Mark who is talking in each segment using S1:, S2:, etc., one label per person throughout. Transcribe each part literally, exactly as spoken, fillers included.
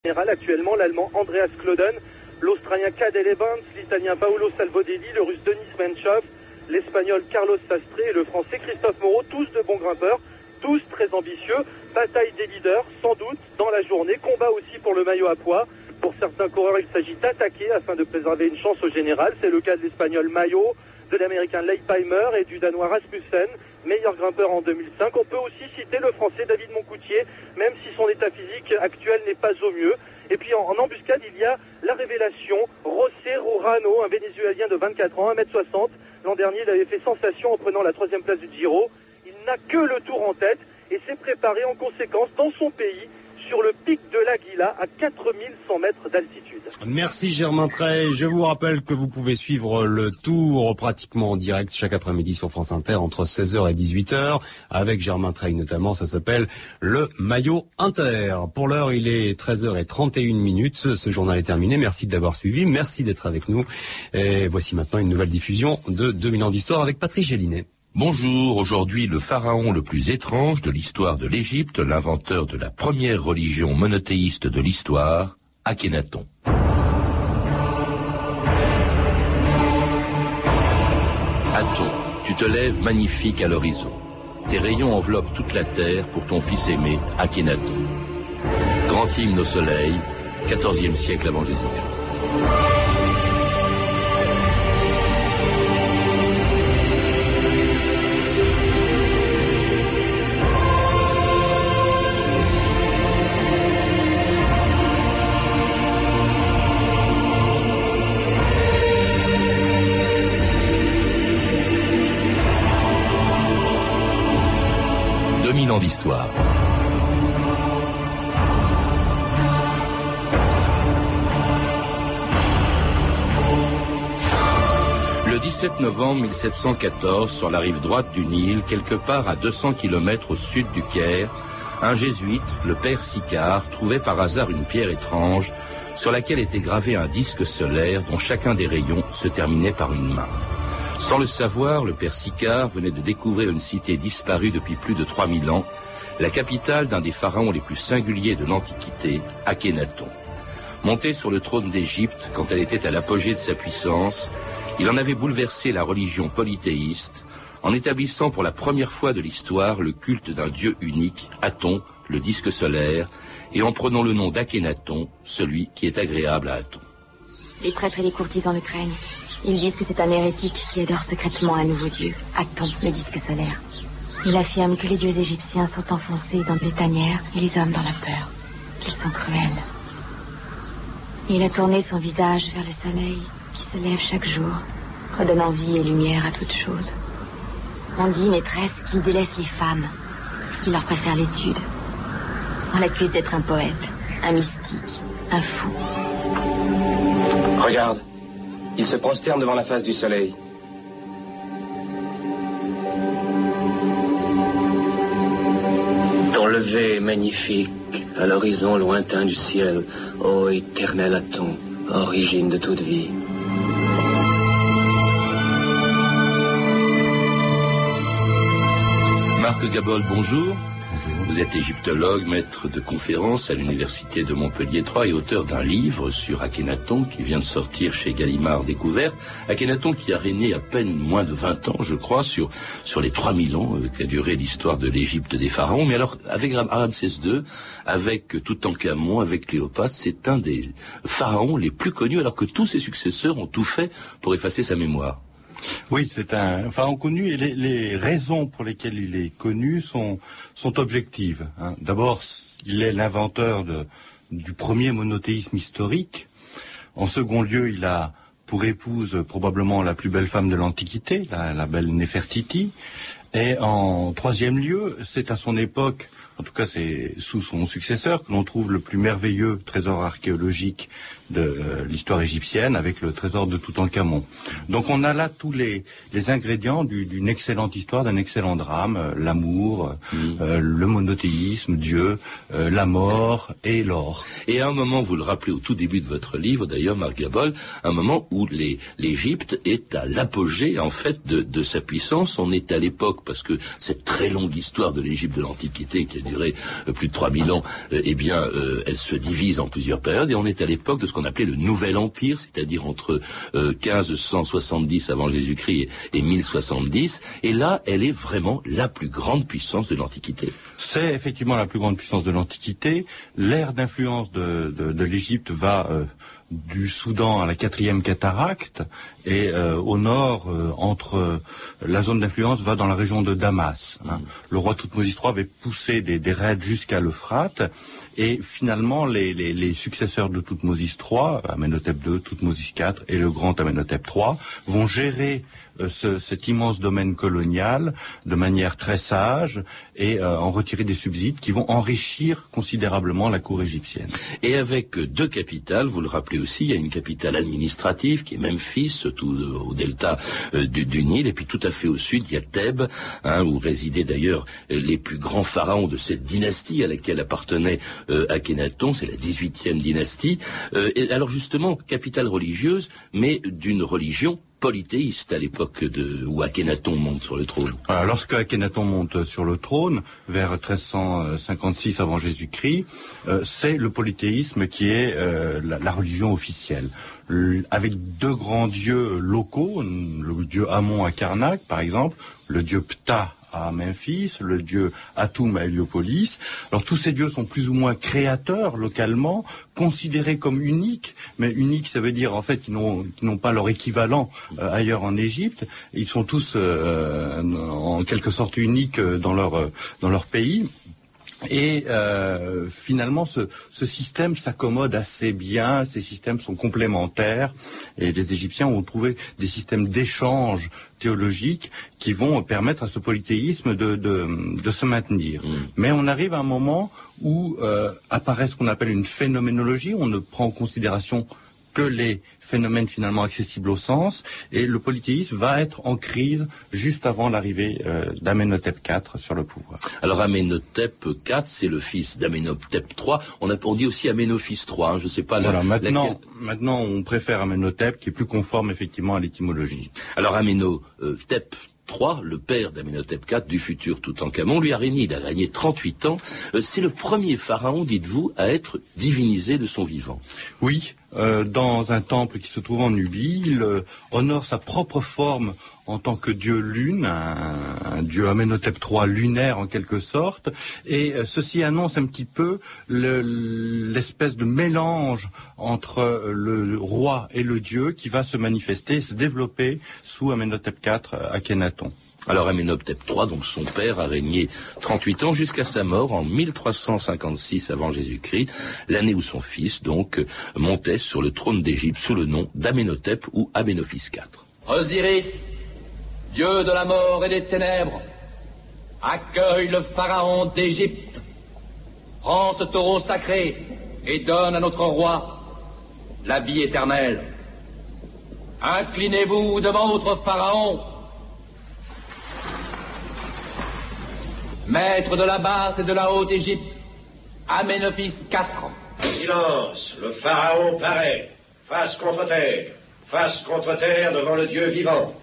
S1: général actuellement, l'Allemand Andreas Klöden, l'Australien Cadel Evans, l'Italien Paolo Salvodelli, le Russe Denis Menchov, l'Espagnol Carlos Sastre et le Français Christophe Moreau, tous de bons grimpeurs, tous très ambitieux. Bataille des leaders, sans doute, dans la journée. Combat aussi pour le maillot à pois. Pour certains coureurs, il s'agit d'attaquer afin de préserver une chance au général. C'est le cas de l'Espagnol Mayo, de l'Américain Leipheimer et du Danois Rasmussen, meilleur grimpeur en deux mille cinq. On peut aussi citer le Français David Moncoutier, même si son état physique actuel n'est pas au mieux. Et puis en, en embuscade, il y a la révélation, José Rorano, un Vénézuélien de vingt-quatre ans, un mètre soixante. L'an dernier, il avait fait sensation en prenant la troisième place du Giro. Il n'a que le Tour en tête et s'est préparé en conséquence dans son pays sur le pic de l'Aguila à quatre mille cent mètres d'altitude.
S2: Merci Germain Treille. Je vous rappelle que vous pouvez suivre le Tour pratiquement en direct chaque après-midi sur France Inter entre seize heures et dix-huit heures avec Germain Treille notamment. Ça s'appelle le Maillot Inter. Pour l'heure, il est treize heures trente et une minutes. Ce journal est terminé. Merci de l'avoir suivi. Merci d'être avec nous. Et voici maintenant une nouvelle diffusion de deux mille ans d'histoire avec Patrice Gélinet.
S3: Bonjour, aujourd'hui le pharaon le plus étrange de l'histoire de l'Égypte, l'inventeur de la première religion monothéiste de l'histoire, Akhénaton. Aton, tu te lèves magnifique à l'horizon. Tes rayons enveloppent toute la terre pour ton fils aimé, Akhénaton. Grand hymne au soleil, quatorzième siècle avant Jésus-Christ. deux mille ans d'histoire. Le dix-sept novembre mille sept cent quatorze, sur la rive droite du Nil, quelque part à deux cents kilomètres au sud du Caire, un jésuite, le père Sicard, trouvait par hasard une pierre étrange sur laquelle était gravé un disque solaire dont chacun des rayons se terminait par une main. Sans le savoir, le père Sicard venait de découvrir une cité disparue depuis plus de trois mille ans, la capitale d'un des pharaons les plus singuliers de l'Antiquité, Akhénaton. Monté sur le trône d'Égypte quand elle était à l'apogée de sa puissance, il en avait bouleversé la religion polythéiste en établissant pour la première fois de l'histoire le culte d'un dieu unique, Aton, le disque solaire, et en prenant le nom d'Akhénaton, celui qui est agréable à Aton.
S4: Les prêtres et les courtisans le craignent. Ils disent que c'est un hérétique qui adore secrètement un nouveau dieu, Aton, le disque solaire. Il affirme que les dieux égyptiens sont enfoncés dans des tanières et les hommes dans la peur, qu'ils sont cruels. Il a tourné son visage vers le soleil qui se lève chaque jour, redonnant vie et lumière à toute chose. On dit, maîtresse, qu'il délaisse les femmes et qu'il leur préfère l'étude. On l'accuse d'être un poète, un mystique, un fou.
S5: Regarde. Il se prosterne devant la face du soleil. Ton lever est magnifique, à l'horizon lointain du ciel, ô éternel Aton, origine de toute vie.
S3: Marc Gabol, bonjour. Vous êtes égyptologue, maître de conférences à l'université de Montpellier trois et auteur d'un livre sur Akhénaton qui vient de sortir chez Gallimard Découverte. Akhénaton qui a régné à peine moins de vingt ans, je crois, sur, sur les trois mille ans euh, qu'a duré l'histoire de l'Égypte des pharaons. Mais alors, avec Ramsès deux, avec Toutankhamon, avec Cléopâtre, c'est un des pharaons les plus connus alors que tous ses successeurs ont tout fait pour effacer sa mémoire.
S6: Oui, c'est un pharaon connu et les, les raisons pour lesquelles il est connu sont, sont objectives. Hein. D'abord, il est l'inventeur de, du premier monothéisme historique. En second lieu, il a pour épouse probablement la plus belle femme de l'Antiquité, la, la belle Néfertiti. Et en troisième lieu, c'est à son époque, en tout cas c'est sous son successeur, que l'on trouve le plus merveilleux trésor archéologique de euh, l'histoire égyptienne avec le trésor de Toutankhamon. Donc on a là tous les, les ingrédients du, d'une excellente histoire, d'un excellent drame, euh, l'amour, mmh. euh, le monothéisme, Dieu, euh, la mort et l'or.
S3: Et à un moment, vous le rappelez au tout début de votre livre, d'ailleurs, Marc Gabol, un moment où les, l'Égypte est à l'apogée en fait de, de sa puissance. On est à l'époque parce que cette très longue histoire de l'Égypte de l'Antiquité, qui a duré euh, plus de trois mille ans, euh, eh bien, euh, elle se divise en plusieurs périodes, et on est à l'époque de ce qu'on appelait le Nouvel Empire, c'est-à-dire entre euh, quinze cent soixante-dix avant Jésus-Christ et, et mille soixante-dix, et là, elle est vraiment la plus grande puissance de l'Antiquité.
S6: C'est effectivement la plus grande puissance de l'Antiquité. L'ère d'influence de, de, de l'Égypte va euh, du Soudan à la quatrième cataracte, et euh, au nord, euh, entre euh, la zone d'influence va dans la région de Damas. Hein. Mmh. Le roi Thoutmôsis trois avait poussé des, des raids jusqu'à l'Euphrate, et finalement les, les, les successeurs de Thoutmôsis trois, Amenhotep deux, Thoutmôsis quatre et le grand Amenhotep trois, vont gérer euh, ce, cet immense domaine colonial de manière très sage et euh, en retirer des subsides qui vont enrichir considérablement la cour égyptienne.
S3: Et avec deux capitales, vous le rappelez aussi, il y a une capitale administrative qui est Memphis, tout au delta euh, du, du Nil, et puis tout à fait au sud, il y a Thèbes, hein, où résidaient d'ailleurs les plus grands pharaons de cette dynastie à laquelle appartenait euh, Akhénaton, c'est la dix-huitième dynastie. Euh, et alors justement, capitale religieuse, mais d'une religion polythéiste à l'époque de où Akhénaton monte sur le trône.
S6: Alors, lorsque Akhénaton monte sur le trône, vers treize cent cinquante-six avant Jésus-Christ, euh, c'est le polythéisme qui est euh, la, la religion officielle. Le, avec deux grands dieux locaux, le dieu Amon à Karnak, par exemple, le dieu Ptah à Memphis, le dieu Atum à Héliopolis. Alors tous ces dieux sont plus ou moins créateurs localement, considérés comme uniques, mais uniques ça veut dire en fait qu'ils n'ont, qu'ils n'ont pas leur équivalent euh, ailleurs en Égypte. Ils sont tous euh, en quelque sorte uniques dans leur, euh, dans leur pays. Et euh, finalement, ce, ce système s'accommode assez bien, ces systèmes sont complémentaires, et les Égyptiens ont trouvé des systèmes d'échange théologiques qui vont permettre à ce polythéisme de, de, de se maintenir. Mmh. Mais on arrive à un moment où euh, apparaît ce qu'on appelle une phénoménologie, on ne prend en considération que les phénomènes finalement accessibles au sens, et le polythéisme va être en crise juste avant l'arrivée euh, d'Amenhotep quatre sur le pouvoir.
S3: Alors Amenhotep quatre, c'est le fils d'Amenhotep trois, on, a, on dit aussi Amenophis trois, hein, je ne sais pas...
S6: Voilà,
S3: la,
S6: maintenant,
S3: laquelle...
S6: maintenant on préfère Amenhotep qui est plus conforme effectivement à l'étymologie.
S3: Alors Amenhotep trois, le père d'Amenhotep quatre, du futur Toutankhamon, lui a régné, il a régné trente-huit ans. Euh, c'est le premier pharaon, dites-vous, à être divinisé de son vivant.
S6: Oui, euh, dans un temple qui se trouve en Nubie, il euh, honore sa propre forme en tant que dieu lune, un, un dieu Amenhotep trois lunaire en quelque sorte, et euh, ceci annonce un petit peu le, l'espèce de mélange entre le roi et le dieu qui va se manifester, se développer sous Amenhotep quatre à Akhénaton.
S3: Alors Amenhotep trois, donc son père, a régné trente-huit ans jusqu'à sa mort en mille trois cent cinquante-six avant Jésus-Christ, l'année où son fils, donc, montait sur le trône d'Égypte sous le nom d'Amenhotep ou Amenophis quatre.
S7: Osiris, dieu de la mort et des ténèbres, accueille le pharaon d'Égypte. Prends ce taureau sacré et donne à notre roi la vie éternelle. Inclinez-vous devant votre pharaon, maître de la basse et de la haute Égypte, Amenophis quatre.
S8: Silence, le pharaon paraît, face contre terre, face contre terre devant le Dieu vivant.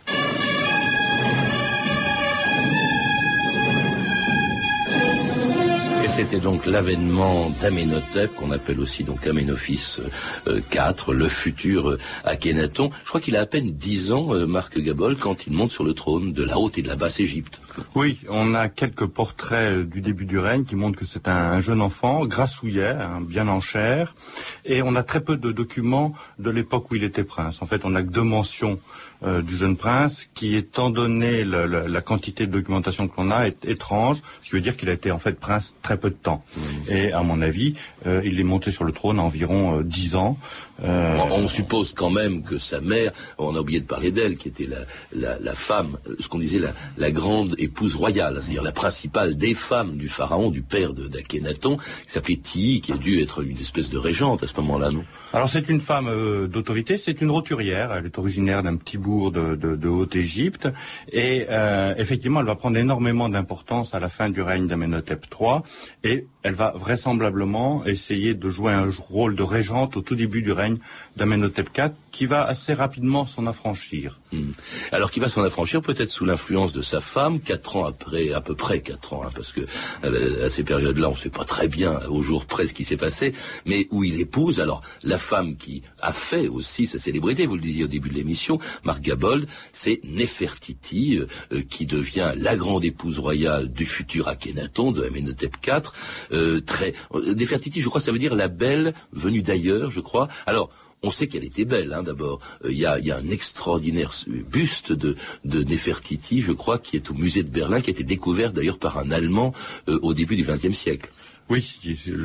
S3: Et c'était donc l'avènement d'Amenhotep, qu'on appelle aussi donc Amenophis euh, quatre, le futur euh, Akhénaton. Je crois qu'il a à peine dix ans, euh, Marc Gabol, quand il monte sur le trône de la haute et de la basse Égypte.
S6: Oui, on a quelques portraits du début du règne qui montrent que c'est un, un jeune enfant, grassouillet, hein, bien en chair, et on a très peu de documents de l'époque où il était prince. En fait, on n'a que deux mentions euh, du jeune prince, qui, étant donné le, le, la quantité de documentation que l'on a, est étrange, ce qui veut dire qu'il a été en fait prince très peu de temps. Mmh. Et à mon avis, euh, il est monté sur le trône à environ euh, dix ans.
S3: Euh... On, on suppose quand même que sa mère, on a oublié de parler d'elle, qui était la, la, la femme, ce qu'on disait la, la grande épouse royale, c'est-à-dire la principale des femmes du pharaon, du père de, d'Akhénaton, qui s'appelait Tii, qui a dû être une espèce de régente à ce moment-là, non?
S6: Alors c'est une femme euh, d'autorité, c'est une roturière, elle est originaire d'un petit bourg de, de, de Haute-Égypte, et euh, effectivement elle va prendre énormément d'importance à la fin du règne d'Amenhotep trois, et elle va vraisemblablement essayer de jouer un rôle de régente au tout début du règne d'Amenhotep quatre, qui va assez rapidement s'en affranchir.
S3: Mmh. Alors qui va s'en affranchir peut-être sous l'influence de sa femme, quatre ans après, à peu près quatre ans, hein, parce que à ces périodes-là, on ne sait pas très bien au jour près ce qui s'est passé, mais où il épouse, alors la femme qui a fait aussi sa célébrité, vous le disiez au début de l'émission, Marc Gabold, c'est Néfertiti, euh, qui devient la grande épouse royale du futur Akhénaton, de Amenhotep quatre. Euh, très, euh, Néfertiti, je crois, ça veut dire la belle venue d'ailleurs, je crois. Alors, on sait qu'elle était belle, hein, d'abord. Il euh, y, a, y a un extraordinaire buste de, de Néfertiti, je crois, qui est au musée de Berlin, qui a été découvert d'ailleurs par un Allemand euh, au début du vingtième siècle.
S6: Oui,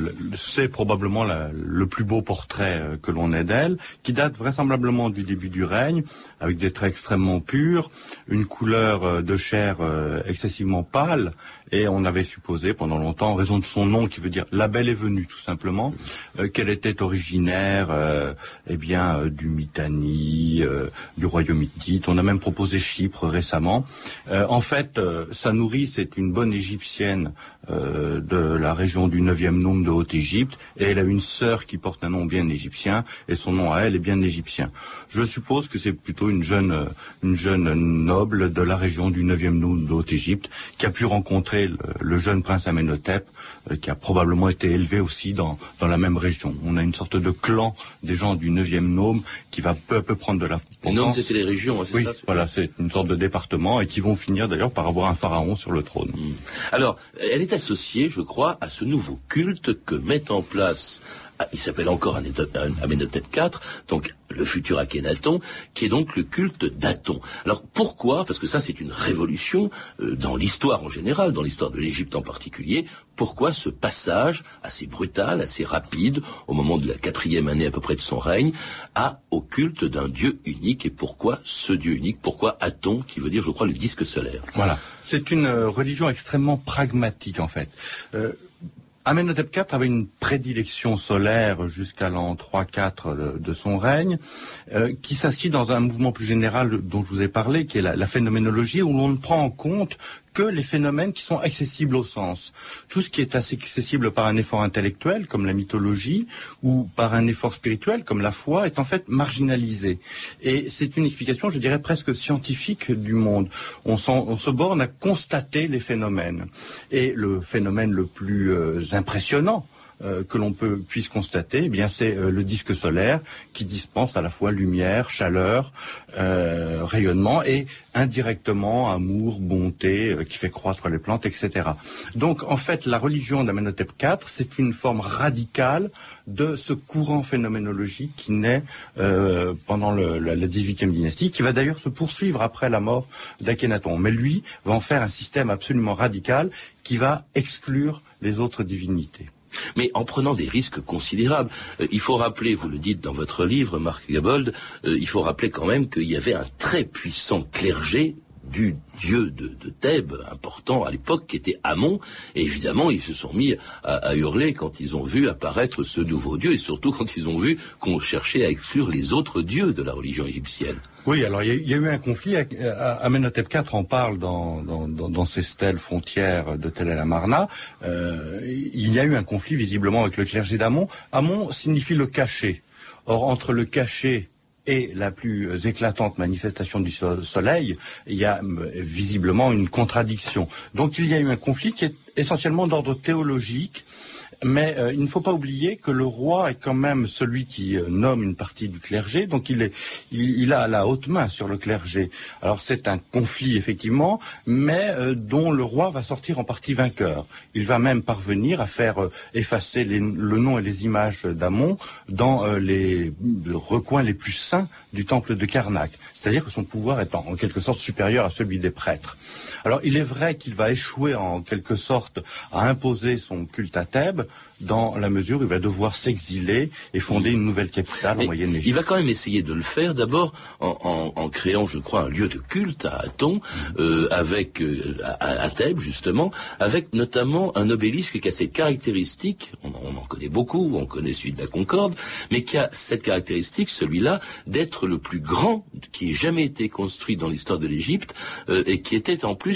S6: c'est probablement la, le plus beau portrait que l'on ait d'elle, qui date vraisemblablement du début du règne, avec des traits extrêmement purs, une couleur de chair excessivement pâle, et on avait supposé pendant longtemps, en raison de son nom qui veut dire « la belle est venue » tout simplement, euh, qu'elle était originaire euh, eh bien, euh, du Mitanni, euh, du royaume hittite. On a même proposé Chypre récemment. Euh, en fait, euh, sa nourrice est une bonne égyptienne euh, de la région du neuvième nome de Haute-Égypte, et elle a une sœur qui porte un nom bien égyptien, et son nom à elle est bien égyptien. Je suppose que c'est plutôt une jeune, une jeune noble de la région du neuvième nome de Haute-Égypte qui a pu rencontrer le, le jeune prince Amenhotep, euh, qui a probablement été élevé aussi dans, dans la même région. On a une sorte de clan des gens du neuvième nome qui va peu à peu prendre de la importance.
S3: Les nomes, c'était les régions, c'est
S6: oui,
S3: ça?
S6: Oui, voilà, c'est une sorte de département, et qui vont finir d'ailleurs par avoir un pharaon sur le trône.
S3: Mmh. Alors, elle est associée, je crois, à ce nouveau culte que met en place, il s'appelle encore Amenhotep quatre, donc le futur Akhénaton, qui est donc le culte d'Aton. Alors pourquoi? Parce que ça c'est une révolution euh, dans l'histoire en général, dans l'histoire de l'Égypte en particulier. Pourquoi ce passage assez brutal, assez rapide, au moment de la quatrième année à peu près de son règne, à, au culte d'un dieu unique? Et pourquoi ce dieu unique? Pourquoi Aton, qui veut dire, je crois, le disque solaire?
S6: Voilà, c'est une euh, religion extrêmement pragmatique en fait. Euh, Amenhotep quatre avait une prédilection solaire jusqu'à l'an trois quatre de, de son règne, euh, qui s'inscrit dans un mouvement plus général dont je vous ai parlé, qui est la, la phénoménologie, où l'on ne prend en compte que les phénomènes qui sont accessibles au sens. Tout ce qui est accessible par un effort intellectuel, comme la mythologie, ou par un effort spirituel, comme la foi, est en fait marginalisé. Et c'est une explication, je dirais, presque scientifique du monde. On, on se borne à constater les phénomènes. Et le phénomène le plus euh, impressionnant Euh, que l'on peut puisse constater, eh bien c'est euh, le disque solaire qui dispense à la fois lumière, chaleur, euh, rayonnement et indirectement amour, bonté, euh, qui fait croître les plantes, et cetera. Donc en fait la religion d'Amenhotep quatre, c'est une forme radicale de ce courant phénoménologique qui naît euh, pendant le, la, la dix-huitième dynastie, qui va d'ailleurs se poursuivre après la mort d'Akhénaton. Mais lui va en faire un système absolument radical qui va exclure les autres divinités.
S3: Mais en prenant des risques considérables. Euh, il faut rappeler, vous le dites dans votre livre, Marc Gabold, euh, il faut rappeler quand même qu'il y avait un très puissant clergé du dieu de, de Thèbes, important à l'époque, qui était Amon, et évidemment ils se sont mis à, à hurler quand ils ont vu apparaître ce nouveau dieu, et surtout quand ils ont vu qu'on cherchait à exclure les autres dieux de la religion égyptienne.
S6: Oui, alors il y, y a eu un conflit, Amenhotep quatre en parle dans, dans, dans, dans ses stèles frontières de Tel el Amarna. Euh, il y a eu un conflit visiblement avec le clergé d'Amon. Amon signifie le caché. Or, entre le caché et la plus éclatante manifestation du soleil, il y a visiblement une contradiction. Donc il y a eu un conflit qui est essentiellement d'ordre théologique, mais euh, il ne faut pas oublier que le roi est quand même celui qui euh, nomme une partie du clergé, donc il, est, il, il a la haute main sur le clergé. Alors c'est un conflit effectivement, mais euh, dont le roi va sortir en partie vainqueur. Il va même parvenir à faire euh, effacer les, le nom et les images d'Amon dans euh, les, les recoins les plus saints du temple de Karnak. C'est-à-dire que son pouvoir est en, en quelque sorte supérieur à celui des prêtres. Alors il est vrai qu'il va échouer en quelque sorte à imposer son culte à Thèbes, dans la mesure où il va devoir s'exiler et fonder une nouvelle capitale
S3: Mais
S6: en Moyenne-Égypte.
S3: Il va quand même essayer de le faire, d'abord en, en, en créant, je crois, un lieu de culte à Aton, euh, avec euh, à, à Thèbes justement, avec notamment un obélisque qui a cette caractéristique, on, on en connaît beaucoup, on connaît celui de la Concorde, mais qui a cette caractéristique, celui-là, d'être le plus grand qui ait jamais été construit dans l'histoire de l'Égypte, euh, et qui était en plus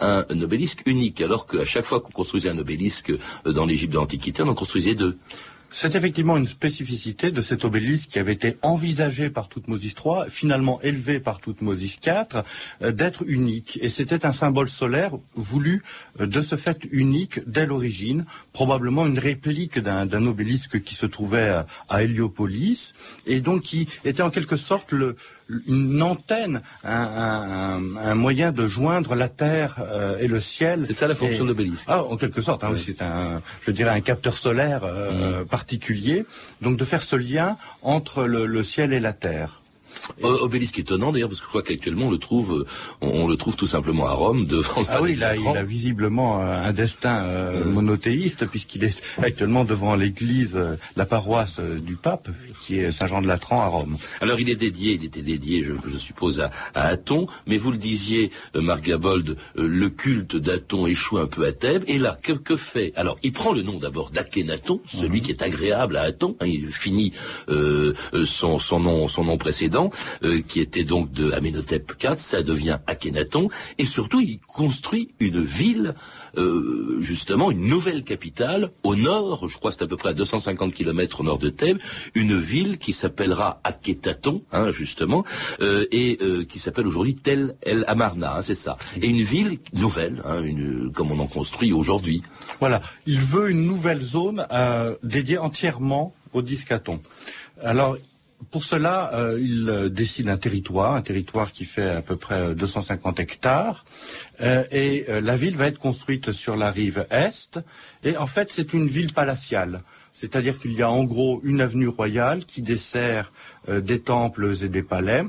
S3: un, un obélisque unique, alors qu'à chaque fois qu'on construisait un obélisque dans l'Égypte de l'Antiquité, on en construisait deux.
S6: C'est effectivement une spécificité de cet obélisque qui avait été envisagé par Toutmosis trois, finalement élevé par Toutmosis quatre, euh, d'être unique. Et c'était un symbole solaire voulu euh, de ce fait unique dès l'origine, probablement une réplique d'un, d'un obélisque qui se trouvait à, à Héliopolis, et donc qui était en quelque sorte le, une antenne, un, un, un moyen de joindre la terre euh, et le ciel.
S3: C'est ça la fonction
S6: et...
S3: de l'obélisque.
S6: Ah, en quelque sorte, hein, oui. C'est un, je dirais, un capteur solaire euh, mmh. particulier. Donc de faire ce lien entre le, le ciel et la terre.
S3: Et... Obélisque étonnant d'ailleurs, parce que je crois qu'actuellement on le trouve, on, on le trouve tout simplement à Rome devant.
S6: Ah oui, là, il a visiblement un destin euh, monothéiste puisqu'il est actuellement devant l'église, euh, la paroisse euh, du pape, qui est Saint-Jean-de-Latran à Rome.
S3: Alors il est dédié, il était dédié, je, je suppose, à, à Aton, mais vous le disiez, euh, Marc Gabold, euh, le culte d'Aton échoue un peu à Thèbes, et là, que, que fait? Alors, il prend le nom d'abord d'Akhénaton, celui mmh. qui est agréable à Aton, hein, il finit euh, son, son nom, son nom précédent. Euh, qui était donc de Amenhotep quatre, ça devient Akhénaton, et surtout il construit une ville, euh, justement une nouvelle capitale, au nord, je crois que c'est à peu près à deux cent cinquante kilomètres au nord de Thèbes, une ville qui s'appellera Akhétaton, hein, justement, euh, et euh, qui s'appelle aujourd'hui Tel El Amarna, hein, c'est ça, et une ville nouvelle, hein, une, comme on en construit aujourd'hui.
S6: Voilà, il veut une nouvelle zone euh, dédiée entièrement au Discaton. Alors, pour cela, euh, il euh, décide un territoire, un territoire qui fait à peu près deux cent cinquante hectares, euh, et euh, la ville va être construite sur la rive est, et en fait c'est une ville palatiale, c'est-à-dire qu'il y a en gros une avenue royale qui dessert euh, des temples et des palais,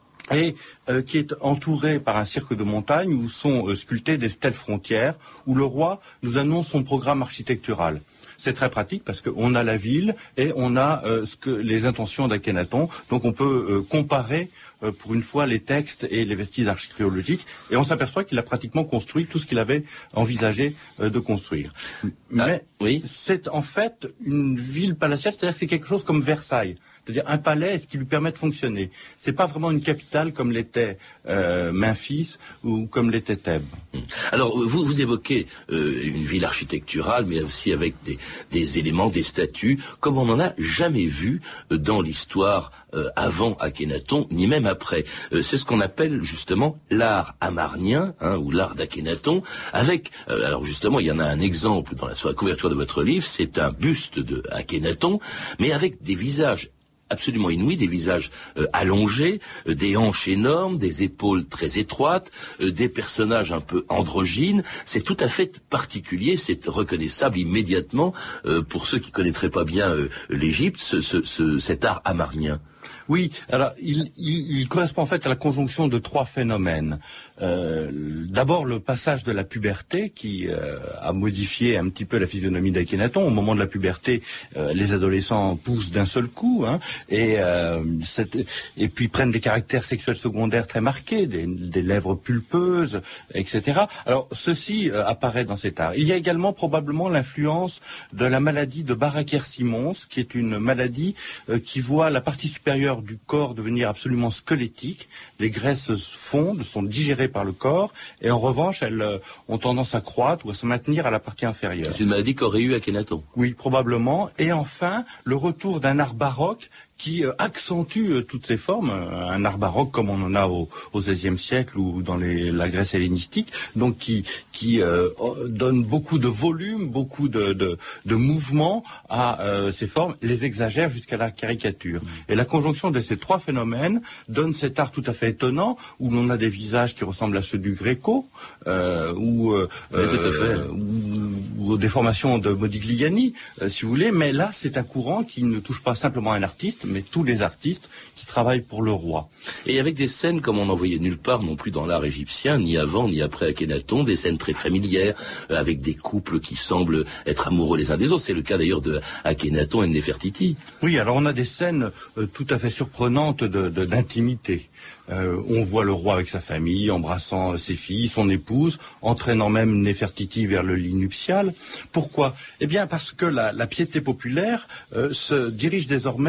S6: et euh, qui est entourée par un cirque de montagne où sont euh, sculptées des stèles frontières, où le roi nous annonce son programme architectural. C'est très pratique parce qu'on a la ville et on a euh, ce que, les intentions d'Akhénaton. Donc on peut euh, comparer euh, pour une fois les textes et les vestiges archéologiques. Et on s'aperçoit qu'il a pratiquement construit tout ce qu'il avait envisagé euh, de construire. Mais
S3: ah, oui.
S6: c'est en fait une ville palatiale, c'est-à-dire que c'est quelque chose comme Versailles. C'est-à-dire un palais, ce qui lui permet de fonctionner. C'est pas vraiment une capitale comme l'était euh, Memphis ou comme l'était Thèbes.
S3: Alors vous, vous évoquez euh, une ville architecturale, mais aussi avec des, des éléments, des statues, comme on n'en a jamais vu euh, dans l'histoire euh, avant Akhénaton, ni même après. Euh, c'est ce qu'on appelle justement l'art amarnien, hein, ou l'art d'Akhénaton, avec, euh, alors justement, il y en a un exemple dans la, sur la couverture de votre livre, c'est un buste de Akhénaton, mais avec des visages absolument inouïs, des visages euh, allongés, euh, des hanches énormes, des épaules très étroites, euh, des personnages un peu androgynes. C'est tout à fait particulier, c'est reconnaissable immédiatement euh, pour ceux qui connaîtraient pas bien euh, l'Égypte, ce, ce, ce, cet art amarnien.
S6: Oui, alors il, il, il correspond en fait à la conjonction de trois phénomènes. Euh, d'abord le passage de la puberté qui euh, a modifié un petit peu la physionomie d'Akhénaton. Au moment de la puberté, euh, les adolescents poussent d'un seul coup, hein, et, euh, cette, et puis prennent des caractères sexuels secondaires très marqués, des, des lèvres pulpeuses, et cetera. Alors ceci euh, apparaît dans cet art. Il y a également probablement l'influence de la maladie de Barraquer-Simons, qui est une maladie euh, qui voit la partie supérieure du corps devenir absolument squelettique. Les graisses fondent, sont digérées par le corps, et en revanche, elles euh, ont tendance à croître ou à se maintenir à la partie inférieure.
S3: C'est une maladie qu'aurait eu Akhénaton.
S6: Oui, probablement. Et enfin, le retour d'un art baroque qui euh, accentue euh, toutes ces formes, euh, un art baroque comme on en a au, au seizième siècle ou dans les, la Grèce hellénistique, donc qui, qui euh, donne beaucoup de volume, beaucoup de, de, de mouvement à euh, ces formes, les exagère jusqu'à la caricature. Mmh. Et la conjonction de ces trois phénomènes donne cet art tout à fait étonnant, où l'on a des visages qui ressemblent à ceux du Gréco, euh, ou, euh,
S3: oui, tout à fait.
S6: ou, ou aux déformations de Modigliani, euh, si vous voulez, mais là c'est un courant qui ne touche pas simplement un artiste, mais tous les artistes qui travaillent pour le roi.
S3: Et avec des scènes comme on n'en voyait nulle part non plus dans l'art égyptien, ni avant ni après Akhénaton, des scènes très familières, euh, avec des couples qui semblent être amoureux les uns des autres. C'est le cas d'ailleurs de Akhénaton et de Néfertiti.
S6: Oui, alors on a des scènes euh, tout à fait surprenantes de, de, d'intimité. Euh, on voit le roi avec sa famille, embrassant ses filles, son épouse, entraînant même Néfertiti vers le lit nuptial. Pourquoi ? Eh bien parce que la, la piété populaire euh, se dirige désormais vers la personne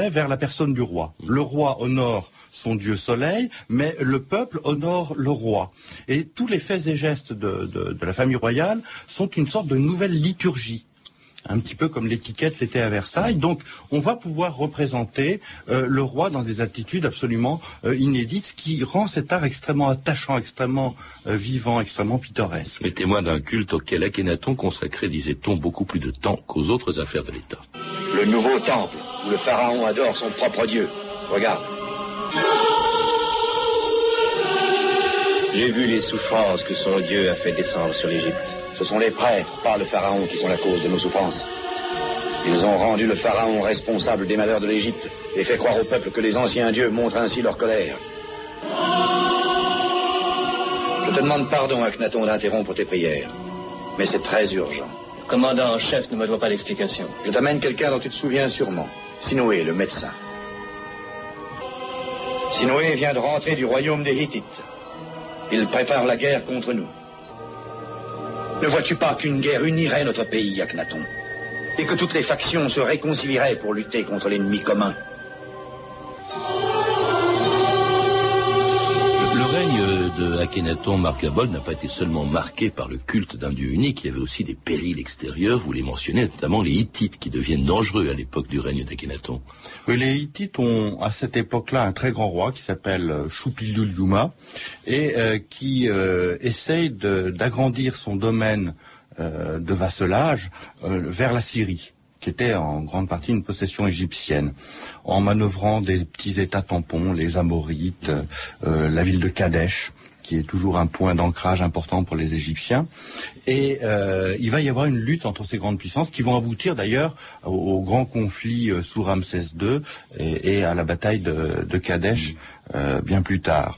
S6: personne du roi. Le roi honore son dieu soleil, mais le peuple honore le roi. Et tous les faits et gestes de, de, de la famille royale sont une sorte de nouvelle liturgie. Un petit peu comme l'étiquette l'était à Versailles. Donc, on va pouvoir représenter euh, le roi dans des attitudes absolument euh, inédites, ce qui rend cet art extrêmement attachant, extrêmement euh, vivant, extrêmement pittoresque.
S3: Mais témoin d'un culte auquel Akhénaton consacrait, disait-on, beaucoup plus de temps qu'aux autres affaires de l'État.
S8: Le nouveau temple, où le pharaon adore son propre dieu. Regarde. J'ai vu les souffrances que son dieu a fait descendre sur l'Égypte. Ce sont les prêtres, pas le pharaon, qui sont la cause de nos souffrances. Ils ont rendu le pharaon responsable des malheurs de l'Égypte et fait croire au peuple que les anciens dieux montrent ainsi leur colère. Je te demande pardon, Akhenaton, d'interrompre tes prières. Mais c'est très urgent.
S5: Le commandant en chef ne me doit pas d'explication.
S8: Je t'amène quelqu'un dont tu te souviens sûrement. Sinoé, le médecin. Sinoé vient de rentrer du royaume des Hittites. Il prépare la guerre contre nous. Ne vois-tu pas qu'une guerre unirait notre pays, Akhenaton, et que toutes les factions se réconcilieraient pour lutter contre l'ennemi commun?
S3: Le règne de Akhénaton Margabol n'a pas été seulement marqué par le culte d'un dieu unique, il y avait aussi des périls extérieurs, vous les mentionnez, notamment les Hittites qui deviennent dangereux à l'époque du règne d'Akhénaton.
S6: Oui, les Hittites ont à cette époque-là un très grand roi qui s'appelle Shupilluliuma et euh, qui euh, essaye de, d'agrandir son domaine euh, de vasselage euh, vers la Syrie, qui était en grande partie une possession égyptienne, en manœuvrant des petits États tampons, les Amorites, euh, la ville de Kadesh, qui est toujours un point d'ancrage important pour les Égyptiens. Et euh, il va y avoir une lutte entre ces grandes puissances qui vont aboutir d'ailleurs au, au grand conflit euh, sous Ramsès deux et, et à la bataille de, de Kadesh euh, bien plus tard.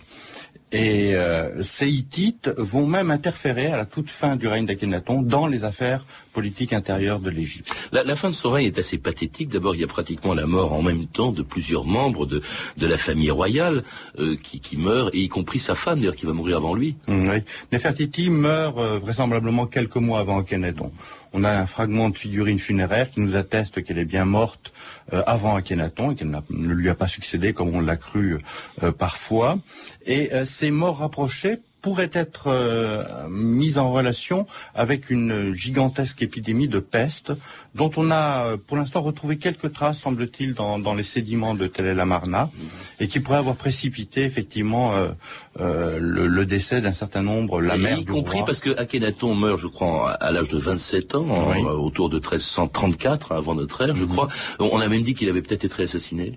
S6: Et euh, ces Hittites vont même interférer à la toute fin du règne d'Akhénaton dans les affaires politiques intérieures de l'Égypte.
S3: La, la fin de son règne est assez pathétique. D'abord, il y a pratiquement la mort en même temps de plusieurs membres de, de la famille royale euh, qui, qui meurent, et y compris sa femme, d'ailleurs, qui va mourir avant lui.
S6: Mmh, oui. Néfertiti meurt euh, vraisemblablement quelques mois avant Akhénaton. On a un fragment de figurine funéraire qui nous atteste qu'elle est bien morte euh, avant Akhénaton et qu'elle ne lui a pas succédé comme on l'a cru euh, parfois. Et euh, ces morts rapprochés pourraient être euh, mises en relation avec une gigantesque épidémie de peste dont on a pour l'instant retrouvé quelques traces, semble-t-il, dans, dans les sédiments de Tel El Amarna, et qui pourrait avoir précipité effectivement euh, euh, le, le décès d'un certain nombre, la mère
S3: y
S6: du
S3: compris
S6: roi.
S3: Parce que Akhénaton meurt, je crois, à l'âge de vingt-sept ans, oui. en, autour de treize cent trente-quatre avant notre ère, je mm-hmm. crois. On a même dit qu'il avait peut-être été assassiné.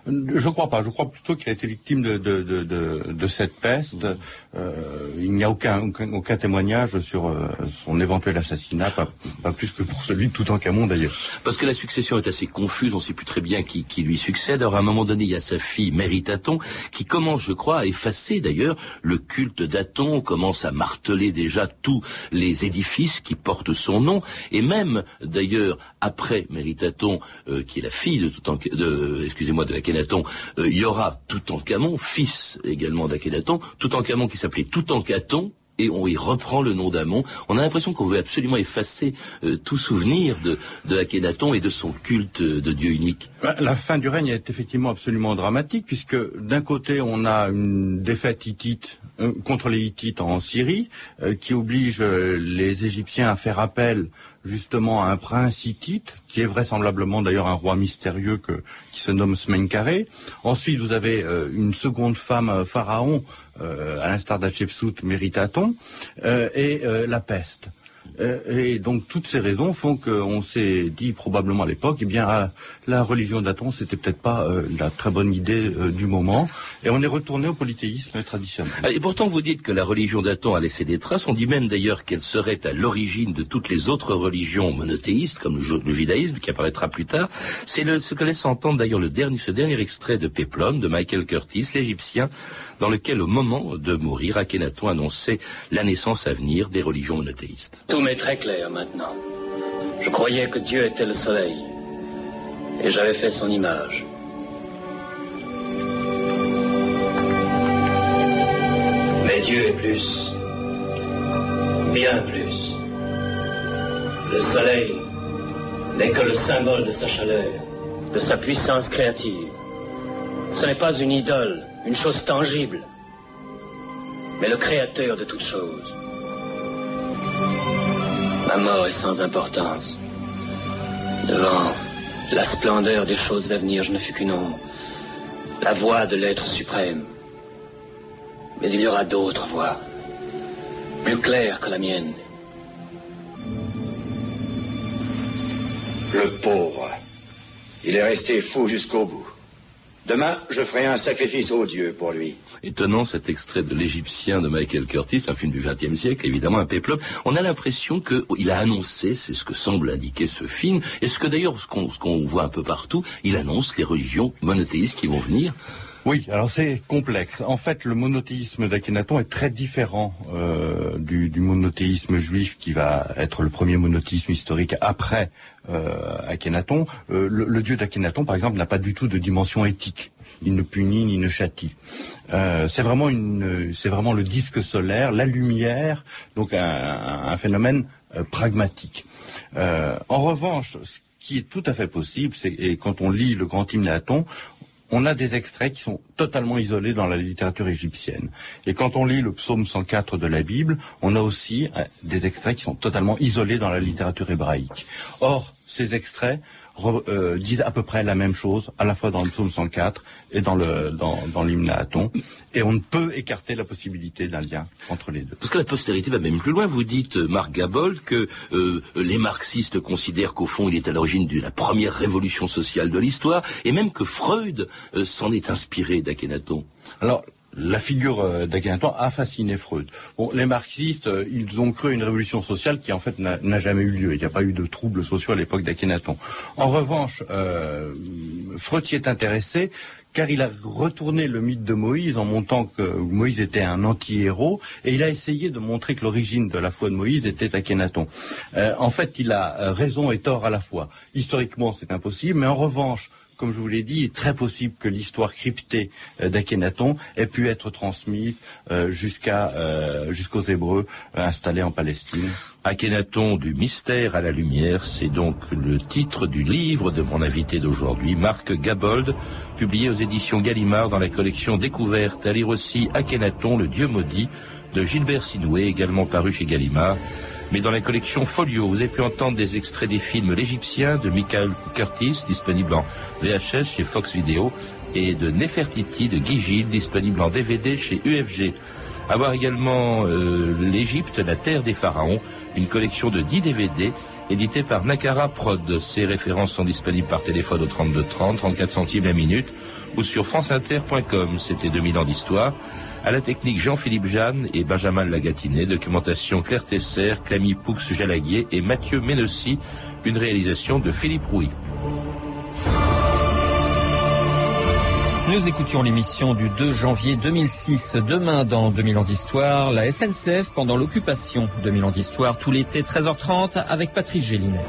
S6: Je crois pas. Je crois plutôt qu'il a été victime de, de, de, de, de cette peste. Euh, il n'y a aucun, aucun, aucun témoignage sur euh, son éventuel assassinat, pas, pas plus que pour celui de Toutankhamon d'ailleurs.
S3: Parce que la succession est assez confuse, on ne sait plus très bien qui, qui lui succède. Alors à un moment donné, il y a sa fille Méritaton qui commence, je crois, à effacer d'ailleurs le culte d'Aton, on commence à marteler déjà tous les édifices qui portent son nom, et même d'ailleurs après Méritaton, euh, qui est la fille de Toutankhamon, de, excusez-moi, de Akhénaton, Euh, il y aura Toutankhamon, fils également d'Akhénaton, Toutankhamon qui s'appelait Toutankhaton, et on y reprend le nom d'Amon. On a l'impression qu'on veut absolument effacer euh, tout souvenir de, de Akhénaton et de son culte de Dieu unique.
S6: La fin du règne est effectivement absolument dramatique, puisque d'un côté on a une défaite hittite euh, contre les Hittites en Syrie, euh, qui oblige euh, les Égyptiens à faire appel justement à un prince hittite, qui est vraisemblablement d'ailleurs un roi mystérieux que, qui se nomme Smenkhare. Ensuite, vous avez euh, une seconde femme euh, pharaon, euh, à l'instar d'Hatshepsut, Méritaton, euh, et euh, la peste. Euh, et donc toutes ces raisons font qu'on s'est dit probablement à l'époque, eh bien ah, la religion d'Aton c'était peut-être pas euh, la très bonne idée euh, du moment, et on est retourné au polythéisme traditionnel.
S3: Et pourtant vous dites que la religion d'Aton a laissé des traces, on dit même d'ailleurs qu'elle serait à l'origine de toutes les autres religions monothéistes, comme le, le judaïsme qui apparaîtra plus tard. C'est le, ce que laisse entendre d'ailleurs le dernier, ce dernier extrait de Péplum de Michael Curtis, l'Égyptien, dans lequel au moment de mourir, Akhénaton annonçait la naissance à venir des religions monothéistes.
S5: Tout m'est très clair maintenant. Je croyais que Dieu était le soleil, et j'avais fait son image. Mais Dieu est plus, bien plus. Le soleil n'est que le symbole de sa chaleur, de sa puissance créative, Ce n'est pas une idole, une chose tangible, mais le créateur de toutes choses. Ma mort est sans importance. Devant la splendeur des choses à venir, je ne fus qu'une ombre, la voix de l'être suprême. Mais il y aura d'autres voix, plus claires que la mienne.
S8: Le pauvre, il est resté fou jusqu'au bout. Demain, je ferai un sacrifice aux dieux pour lui.
S3: Étonnant cet extrait de l'Égyptien de Michael Curtis, un film du vingtième siècle, évidemment un péplum. On a l'impression qu'il a annoncé, c'est ce que semble indiquer ce film, et ce que d'ailleurs, ce qu'on ce qu'on voit un peu partout, il annonce les religions monothéistes qui vont venir.
S6: Oui, alors c'est complexe. En fait, le monothéisme d'Akhénaton est très différent euh, du, du monothéisme juif qui va être le premier monothéisme historique après euh, Akhénaton. Euh, le, le dieu d'Akhénaton, par exemple, n'a pas du tout de dimension éthique. Il ne punit ni ne châtie. Euh, c'est vraiment une, c'est vraiment le disque solaire, la lumière, donc un, un phénomène euh, pragmatique. Euh, en revanche, ce qui est tout à fait possible, c'est et quand on lit le grand hymne Aton, on a des extraits qui sont totalement isolés dans la littérature égyptienne. Et quand on lit le psaume cent quatre de la Bible, on a aussi euh, des extraits qui sont totalement isolés dans la littérature hébraïque. Or, ces extraits re, euh, disent à peu près la même chose, à la fois dans le psaume cent quatre et dans le dans, dans l'hymne à Aton. Et on ne peut écarter la possibilité d'un lien entre les deux.
S3: Parce que la postérité va même plus loin. Vous dites, Marc Gabold, que euh, les marxistes considèrent qu'au fond, il est à l'origine de la première révolution sociale de l'histoire, et même que Freud euh, s'en est inspiré d'Akhénaton.
S6: Alors, la figure euh, d'Akhénaton a fasciné Freud. Bon, les marxistes, euh, ils ont cru à une révolution sociale qui en fait n'a, n'a jamais eu lieu. Il n'y a pas eu de troubles sociaux à l'époque d'Akhénaton. En revanche, euh, Freud s'y est intéressé car il a retourné le mythe de Moïse en montrant que Moïse était un anti-héros, et il a essayé de montrer que l'origine de la foi de Moïse était Akhénaton. Euh, en fait, il a raison et tort à la fois. Historiquement, c'est impossible, mais en revanche, comme je vous l'ai dit, il est très possible que l'histoire cryptée euh, d'Akhénaton ait pu être transmise euh, jusqu'à euh, jusqu'aux Hébreux euh, installés en Palestine.
S3: Akhénaton du mystère à la lumière, c'est donc le titre du livre de mon invité d'aujourd'hui, Marc Gabold, publié aux éditions Gallimard dans la collection Découverte. À lire aussi Akhénaton, le Dieu maudit, de Gilbert Sinoué, également paru chez Gallimard. Mais dans la collection Folio, vous avez pu entendre des extraits des films L'Égyptien de Michael Curtis, disponible en V H S chez Fox Video, et de Nefertiti de Guy Gilles, disponible en D V D chez U F G. À voir également euh, l'Égypte, la terre des pharaons, une collection de dix D V D, éditée par Nakara Prod. Ces références sont disponibles par téléphone au trente-deux trente, trente-quatre centimes la minute, ou sur franceinter point com. C'était deux mille ans d'histoire. À la technique Jean-Philippe Jeanne et Benjamin Lagatinet, documentation Claire Tesser, Camille Poux-Jalaguier et Mathieu Ménossi, une réalisation de Philippe Rouy.
S9: Nous écoutions l'émission du deux janvier deux mille six. Demain, dans deux mille ans d'histoire, la S N C F pendant l'occupation. deux mille ans d'histoire, tout l'été, treize heures trente, avec Patrice Gélinet.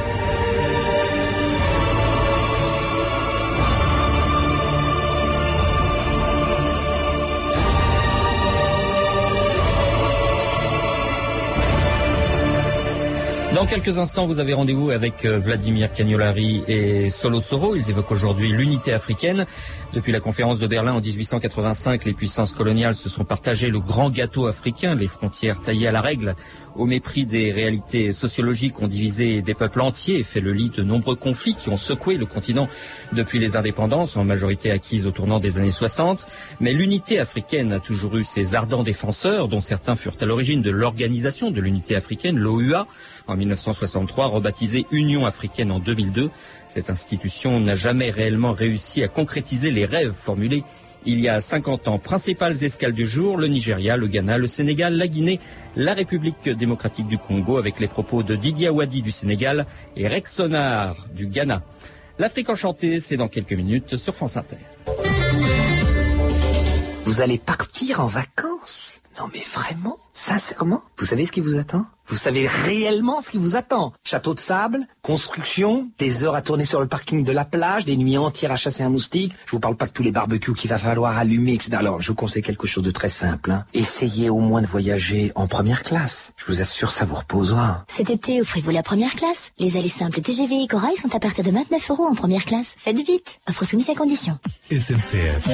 S9: Dans quelques instants, vous avez rendez-vous avec Vladimir Cagnolari et Solo Soro. Ils évoquent aujourd'hui l'unité africaine. Depuis la conférence de Berlin en dix-huit cent quatre-vingt-cinq, les puissances coloniales se sont partagées le grand gâteau africain, les frontières taillées à la règle. Au mépris des réalités sociologiques, ont divisé des peuples entiers et fait le lit de nombreux conflits qui ont secoué le continent depuis les indépendances, en majorité acquises au tournant des années soixante. Mais l'unité africaine a toujours eu ses ardents défenseurs, dont certains furent à l'origine de l'organisation de l'unité africaine, l'O U A, en mille neuf cent soixante-trois, rebaptisée Union africaine en deux mille deux. Cette institution n'a jamais réellement réussi à concrétiser les rêves formulés il y a cinquante ans. Principales escales du jour, le Nigeria, le Ghana, le Sénégal, la Guinée, la République démocratique du Congo, avec les propos de Didier Awadi du Sénégal et Rex Sonar du Ghana. L'Afrique enchantée, c'est dans quelques minutes sur France Inter.
S10: Vous allez partir en vacances? Non mais vraiment? Sincèrement, vous savez ce qui vous attend? Vous savez réellement ce qui vous attend? Château de sable, construction, des heures à tourner sur le parking de la plage, des nuits entières à chasser un moustique. Je vous parle pas de tous les barbecues qu'il va falloir allumer, et cetera. Alors, je vous conseille quelque chose de très simple. Hein. Essayez au moins de voyager en première classe. Je vous assure, ça vous reposera.
S11: Cet été, offrez-vous la première classe. Les allées simples T G V et Corail sont à partir de vingt-neuf euros en première classe. Faites vite. Offre soumise à condition.
S12: S N C F.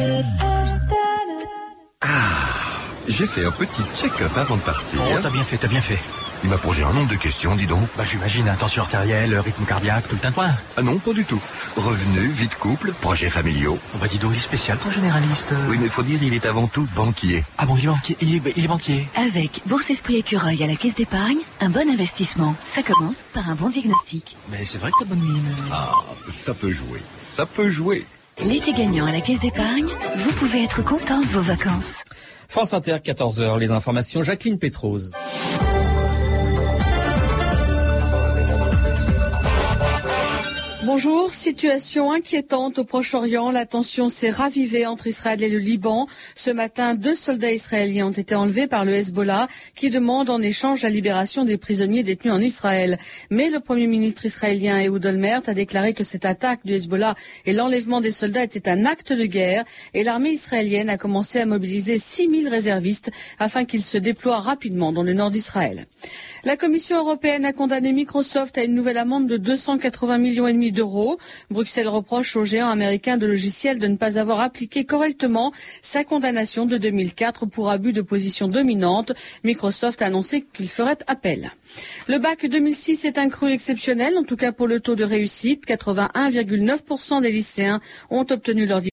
S13: Ah, j'ai fait un petit check-up avant de partir.
S12: Oh, t'as bien fait, t'as bien fait.
S13: Il m'a posé un nombre de questions, dis donc.
S12: Bah j'imagine, tension artérielle, rythme cardiaque, tout le tintouin.
S13: Ah non, pas du tout. Revenus, vie de couple, projets familiaux.
S12: On va dire donc, il est spécial pour généraliste.
S13: Oui, mais faut dire, il est avant tout banquier.
S12: Ah bon, il est banquier, il est, il est banquier.
S14: Avec Bourse Esprit Écureuil à la caisse d'épargne, un bon investissement. Ça commence par un bon diagnostic.
S12: Mais c'est vrai que t'as bonne mine.
S13: Ah, ça peut jouer. Ça peut jouer.
S14: L'été gagnant à la caisse d'épargne, vous pouvez être content de vos vacances.
S9: France Inter, quatorze heures, les informations, Jacqueline Pétrose.
S15: Bonjour, situation inquiétante au Proche-Orient. La tension s'est ravivée entre Israël et le Liban. Ce matin, deux soldats israéliens ont été enlevés par le Hezbollah qui demande en échange la libération des prisonniers détenus en Israël. Mais le Premier ministre israélien Ehud Olmert a déclaré que cette attaque du Hezbollah et l'enlèvement des soldats était un acte de guerre et l'armée israélienne a commencé à mobiliser six mille réservistes afin qu'ils se déploient rapidement dans le nord d'Israël. La Commission européenne a condamné Microsoft à une nouvelle amende de deux cent quatre-vingts millions et demi d'euros. Bruxelles reproche au géant américain de logiciels de ne pas avoir appliqué correctement sa condamnation de deux mille quatre pour abus de position dominante. Microsoft a annoncé qu'il ferait appel. Le bac deux mille six est un cru exceptionnel, en tout cas pour le taux de réussite. quatre-vingt-un virgule neuf pour cent des lycéens ont obtenu leur diplôme.